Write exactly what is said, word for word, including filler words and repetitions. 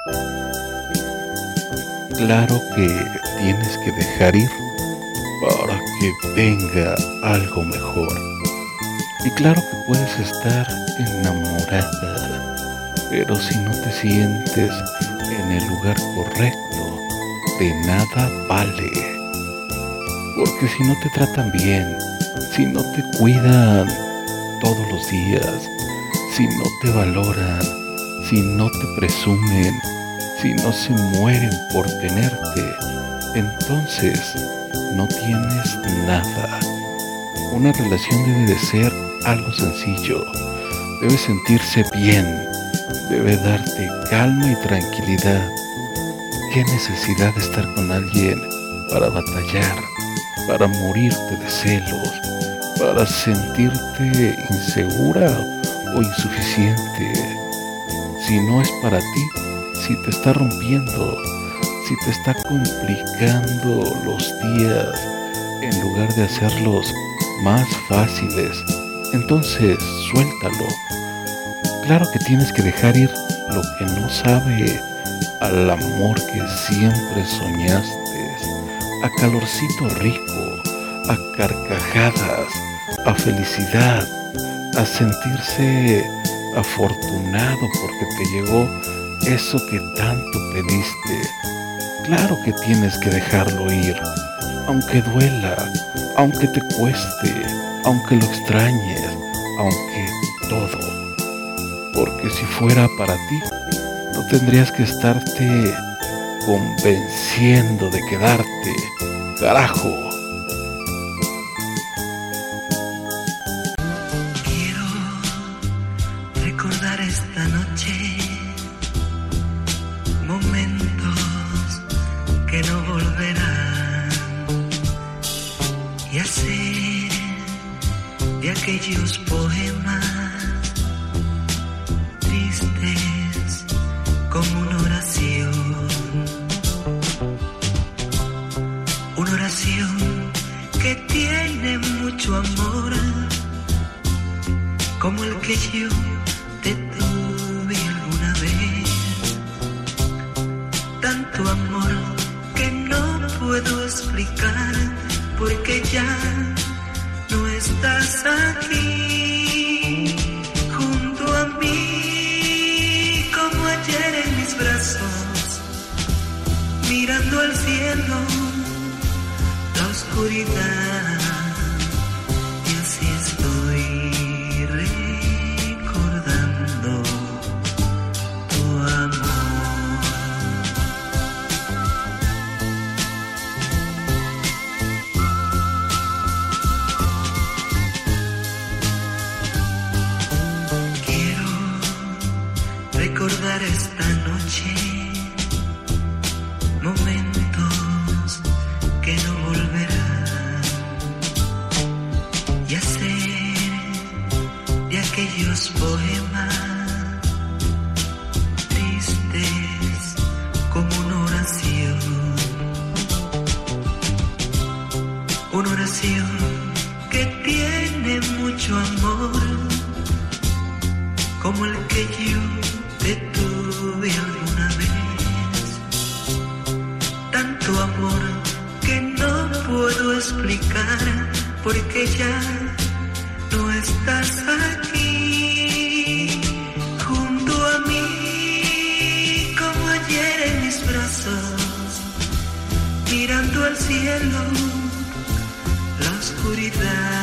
Claro que tienes que dejar ir para que venga algo mejor. Y claro que puedes estar enamorada, pero si no te sientes en el lugar correcto, de nada vale. Porque si no te tratan bien, si no te cuidan todos los días, si no te valoran, si no te presumen, si no se mueren por tenerte, entonces no tienes nada. Una relación debe de ser algo sencillo, debe sentirse bien, debe darte calma y tranquilidad. ¿Qué necesidad de estar con alguien para batallar, para morirte de celos, para sentirte insegura o insuficiente? Si no es para ti, si te está rompiendo, si te está complicando los días en lugar de hacerlos más fáciles, entonces suéltalo. Claro que tienes que dejar ir lo que no sabe al amor que siempre soñaste, a calorcito rico, a carcajadas, a felicidad, a sentirse afortunado porque te llegó eso que tanto pediste. Claro que tienes que dejarlo ir, aunque duela, aunque te cueste, aunque lo extrañes, aunque todo. Porque si fuera para ti, no tendrías que estarte convenciendo de quedarte, carajo. Quiero recordar esta noche momentos que no volverán y hacer de aquellos poemas tristes como una oración, una oración que tiene mucho amor, como el que yo te tuve alguna vez. Tanto amor que no puedo explicar, porque ya no estás aquí junto a mí, como ayer en mis brazos, mirando al cielo, la oscuridad, y así estoy recordando tu amor. Quiero recordar esta noche momentos que no volverán y hacer de aquellos poemas tristes como una oración, una oración que tiene mucho amor, como el que yo te tuve alguna vez. Tanto amor que no puedo explicar, porque ya no estás aquí junto a mí, como ayer en mis brazos, mirando al cielo, la oscuridad,